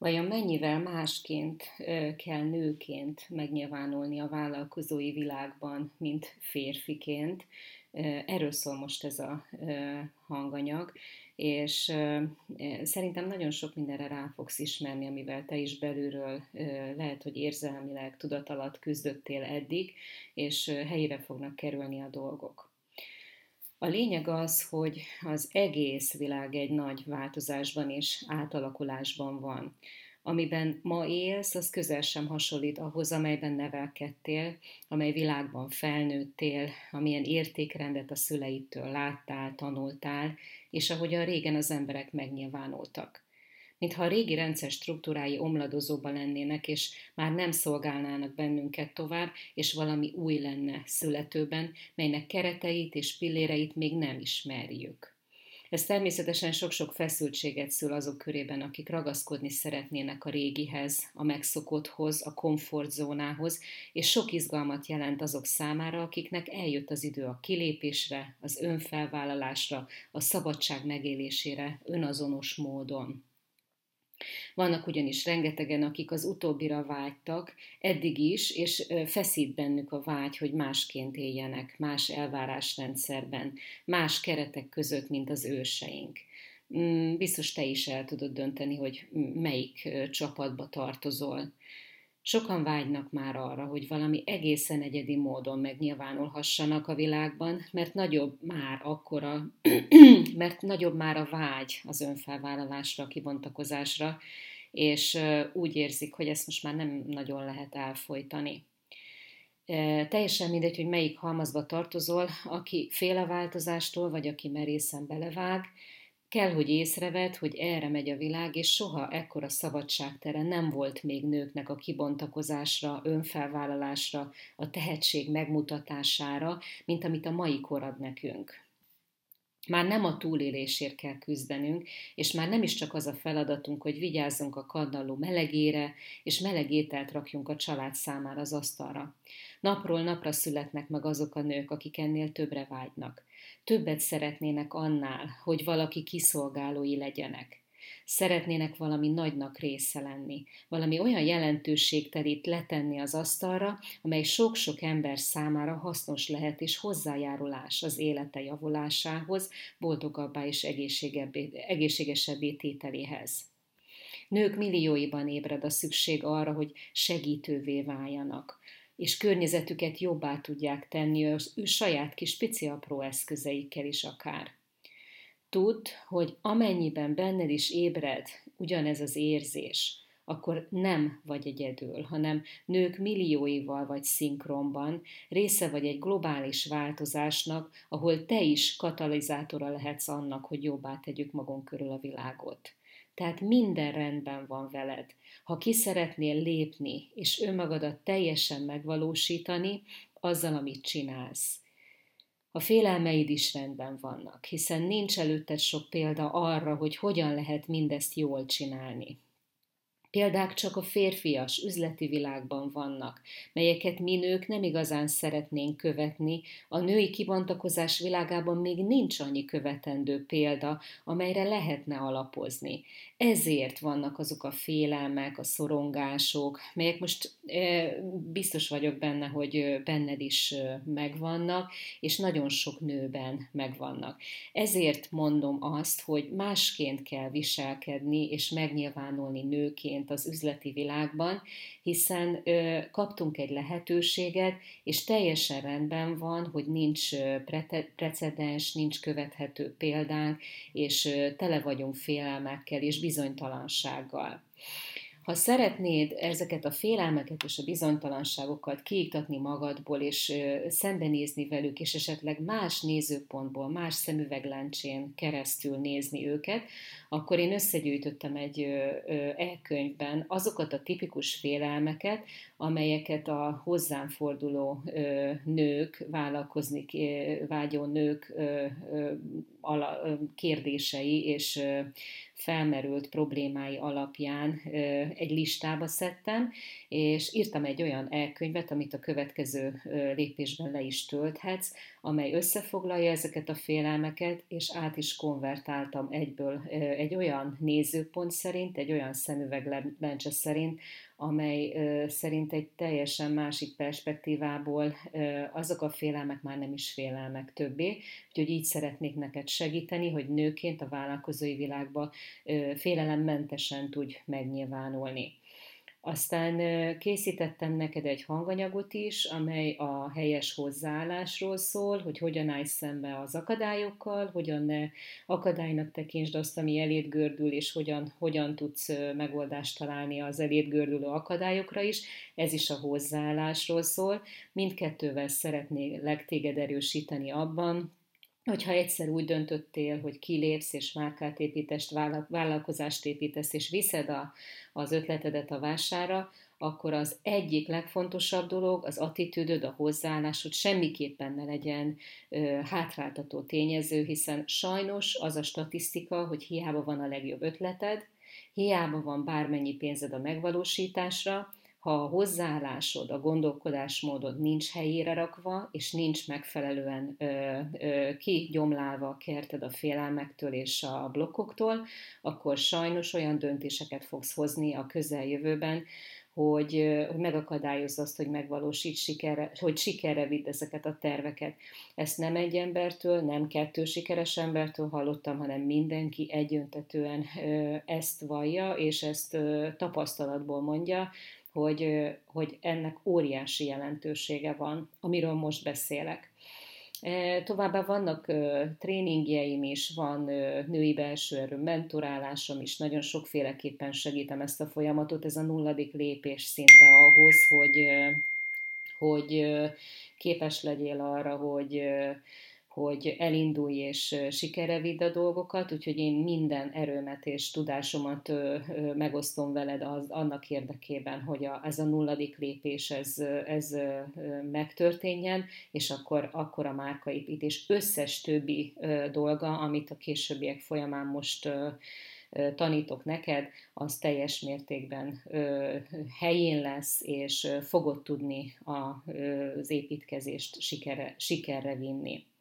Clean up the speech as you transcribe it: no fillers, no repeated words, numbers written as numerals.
Vajon mennyivel másként kell nőként megnyilvánulni a vállalkozói világban, mint férfiként? Erről szól most ez a hanganyag, és szerintem nagyon sok mindenre rá fogsz ismerni, amivel te is belülről lehet, hogy érzelmileg, tudat alatt küzdöttél eddig, és helyére fognak kerülni a dolgok. A lényeg az, hogy az egész világ egy nagy változásban és átalakulásban van. Amiben ma élsz, az közel sem hasonlít ahhoz, amelyben nevelkedtél, amely világban felnőttél, amilyen értékrendet a szüleidtől láttál, tanultál, és ahogyan régen az emberek megnyilvánultak. Mintha a régi rendszer struktúrái omladozóban lennének, és már nem szolgálnának bennünket tovább, és valami új lenne születőben, melynek kereteit és pilléreit még nem ismerjük. Ez természetesen sok-sok feszültséget szül azok körében, akik ragaszkodni szeretnének a régihez, a megszokotthoz, a komfortzónához, és sok izgalmat jelent azok számára, akiknek eljött az idő a kilépésre, az önfelvállalásra, a szabadság megélésére önazonos módon. Vannak ugyanis rengetegen, akik az utóbbira vágytak, eddig is, és feszít bennük a vágy, hogy másként éljenek, más elvárásrendszerben, más keretek között, mint az őseink. Biztos te is el tudod dönteni, hogy melyik csapatba tartozol. Sokan vágynak már arra, hogy valami egészen egyedi módon megnyilvánulhassanak a világban, mert nagyobb már akkora, mert nagyobb már a vágy az önfelvállalásra, a kibontakozásra, és úgy érzik, hogy ezt most már nem nagyon lehet elfojtani. Teljesen mindegy, hogy melyik halmazba tartozol, aki fél a változástól, vagy aki merészen belevág, kell, hogy észrevedd, hogy erre megy a világ, és soha ekkora szabadságtere nem volt még nőknek a kibontakozásra, önfelvállalásra, a tehetség megmutatására, mint amit a mai kor ad nekünk. Már nem a túlélésért kell küzdenünk, és már nem is csak az a feladatunk, hogy vigyázzunk a kardalló melegére, és meleg ételt rakjunk a család számára az asztalra. Napról napra születnek meg azok a nők, akik ennél többre vágynak. Többet szeretnének annál, hogy valaki kiszolgálói legyenek. Szeretnének valami nagynak része lenni, valami olyan jelentőségtelit letenni az asztalra, amely sok-sok ember számára hasznos lehet és hozzájárulás az élete javulásához, boldogabbá és egészségesebbé tételéhez. Nők millióiban ébred a szükség arra, hogy segítővé váljanak, és környezetüket jobbá tudják tenni az ő saját kis pici apró eszközeikkel is akár. Tudd, hogy amennyiben benned is ébred ugyanez az érzés, akkor nem vagy egyedül, hanem nők millióival vagy szinkronban, része vagy egy globális változásnak, ahol te is katalizátora lehetsz annak, hogy jobbá tegyük magunk körül a világot. Tehát minden rendben van veled. Ha ki szeretnél lépni, és önmagadat teljesen megvalósítani, azzal, amit csinálsz. A félelmeid is rendben vannak, hiszen nincs előtted sok példa arra, hogy hogyan lehet mindezt jól csinálni. Példák csak a férfias, üzleti világban vannak, melyeket mi nők nem igazán szeretnénk követni, a női kibontakozás világában még nincs annyi követendő példa, amelyre lehetne alapozni. Ezért vannak azok a félelmek, a szorongások, melyek most biztos vagyok benne, hogy benned is megvannak, és nagyon sok nőben megvannak. Ezért mondom azt, hogy másként kell viselkedni és megnyilvánulni nőként az üzleti világban, hiszen kaptunk egy lehetőséget, és teljesen rendben van, hogy nincs precedens, nincs követhető példánk, és tele vagyunk félelmekkel és bizonytalansággal. Ha szeretnéd ezeket a félelmeket és a bizonytalanságokat kiiktatni magadból, és szembenézni velük, és esetleg más nézőpontból, más szemüvegláncsén keresztül nézni őket, akkor én összegyűjtöttem egy e-könyvben azokat a tipikus félelmeket, amelyeket a hozzám forduló nők, vállalkozni vágyó nők kérdései és felmerült problémái alapján egy listába szedtem, és írtam egy olyan elkönyvet, amit a következő lépésben le is tölthetsz, amely összefoglalja ezeket a félelmeket, és át is konvertáltam egyből egy olyan nézőpont szerint, egy olyan szemüveglencse szerint, amely szerint egy teljesen másik perspektívából azok a félelmek már nem is félelmek többé. Úgyhogy így szeretnék neked segíteni, hogy nőként a vállalkozói világba félelemmentesen tudj megnyilvánulni. Aztán készítettem neked egy hanganyagot is, amely a helyes hozzáállásról szól, hogy hogyan állj szembe az akadályokkal, hogyan ne akadálynak tekintsd azt, ami eléd gördül, és hogyan tudsz megoldást találni az eléd gördülő akadályokra is. Ez is a hozzáállásról szól. Mindkettővel szeretnélek téged erősíteni abban, hogyha egyszer úgy döntöttél, hogy kilépsz és márkát építesz, vállalkozást építesz, és viszed az ötletedet a vásárra, akkor az egyik legfontosabb dolog az attitűdöd, a hozzáállásod semmiképpen ne legyen hátráltató tényező, hiszen sajnos az a statisztika, hogy hiába van a legjobb ötleted, hiába van bármennyi pénzed a megvalósításra, ha a hozzáállásod, a gondolkodásmódod nincs helyére rakva, és nincs megfelelően kigyomlálva a kerted a félelmektől és a blokkoktól, akkor sajnos olyan döntéseket fogsz hozni a közeljövőben, hogy megakadályozz azt, hogy megvalósíts sikerre, hogy sikerre vidd ezeket a terveket. Ezt nem egy embertől, nem kettő sikeres embertől hallottam, hanem mindenki egyöntetően ezt vallja, és ezt tapasztalatból mondja, hogy ennek óriási jelentősége van, amiről most beszélek. Továbbá vannak tréningjeim is, van női belső erő mentorálásom is, nagyon sokféleképpen segítem ezt a folyamatot, ez a nulladik lépés szinte ahhoz, hogy képes legyél arra, hogy elindulj és sikerre vidd a dolgokat, úgyhogy én minden erőmet és tudásomat megosztom veled annak érdekében, hogy ez a nulladik lépés ez megtörténjen, és akkor a márkaépítés összes többi dolga, amit a későbbiek folyamán most tanítok neked, az teljes mértékben helyén lesz, és fogod tudni az építkezést sikerre vinni.